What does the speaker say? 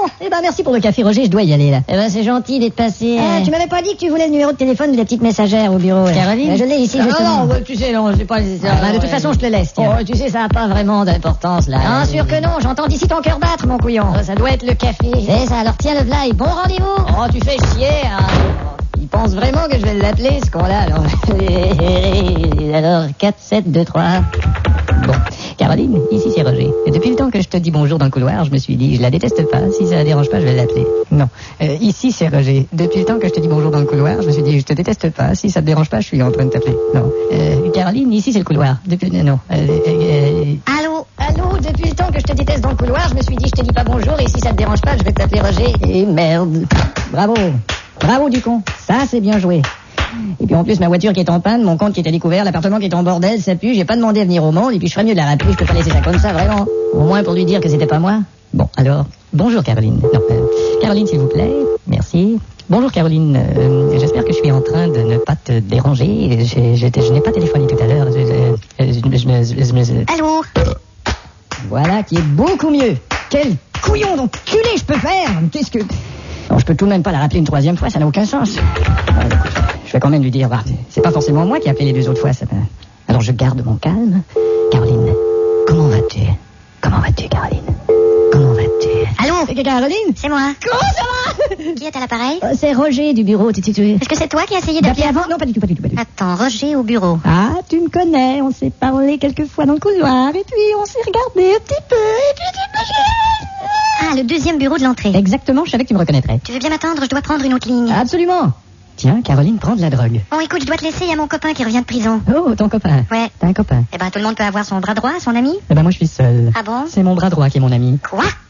Eh ben, merci pour le café, Roger, je dois y aller, là. Eh ben, c'est gentil d'être passé. Tu m'avais pas dit que tu voulais le numéro de téléphone de la petite messagère au bureau, là. Caroline? Je l'ai ici, justement. Non, tu sais, non, j'ai pas les... De toute façon, je te le laisse, tiens. Oh, tu sais, ça a pas vraiment d'importance, là. Bien sûr que non, j'entends d'ici ton cœur battre, mon couillon. Ça doit être le café. C'est ça, alors tiens le v'là et bon rendez-vous. Oh, tu fais chier, hein. Il pense vraiment que je vais l'appeler, ce con-là, alors. Alors, 4, 7, 2, 3... Bon, Caroline, ici c'est Roger. Et depuis le temps que je te dis bonjour dans le couloir, je me suis dit, je la déteste pas, si ça la dérange pas, je vais l'appeler. Non, ici c'est Roger. Depuis le temps que je te dis bonjour dans le couloir, je me suis dit, je te déteste pas, si ça te dérange pas, je suis en train de t'appeler. Non, Caroline, ici c'est le couloir. Depuis... Non, Allô, depuis le temps que je te déteste dans le couloir, je me suis dit, je te dis pas bonjour, et si ça te dérange pas, je vais t'appeler Roger. Et merde. Bravo du con, ça c'est bien joué. Et puis en plus, ma voiture qui est en panne, mon compte qui est à découvert, l'appartement qui est en bordel, ça pue, j'ai pas demandé à venir au monde, et puis je ferais mieux de la rappeler, je peux pas laisser ça comme ça, vraiment. Au moins pour lui dire que c'était pas moi. Bon, alors, bonjour Caroline. Non, Caroline s'il vous plaît, merci. Bonjour Caroline, j'espère que je suis en train de ne pas te déranger, je n'ai pas téléphoné tout à l'heure, Allô? Voilà, qui est beaucoup mieux. Quel couillon d'enculé je peux faire? Qu'est-ce que... Non, je peux tout de même pas la rappeler une troisième fois, ça n'a aucun sens. Je vais quand même lui dire, c'est pas forcément moi qui ai appelé les deux autres fois. Alors je garde mon calme. Caroline, comment vas-tu? Caroline? Comment vas-tu? Allô? Caroline? C'est moi. Comment ça va? Qui est à l'appareil? C'est Roger du bureau. Est-ce que c'est toi qui as essayé d'appeler avant? Non, pas du tout. Attends, Roger au bureau. Ah, tu me connais, on s'est parlé quelques fois dans le couloir, et puis on s'est regardé un petit peu, et puis Ah, le deuxième bureau de l'entrée. Exactement, je savais que tu me reconnaîtrais. Tu veux bien m'attendre? Je dois prendre une autre ligne. Absolument. Tiens, Caroline, prends de la drogue. Bon, écoute, je dois te laisser, il y a mon copain qui revient de prison. Oh, ton copain. Ouais. T'as un copain. Eh ben, tout le monde peut avoir son bras droit, son ami? Eh ben, moi, je suis seul. Ah bon? C'est mon bras droit qui est mon ami. Quoi?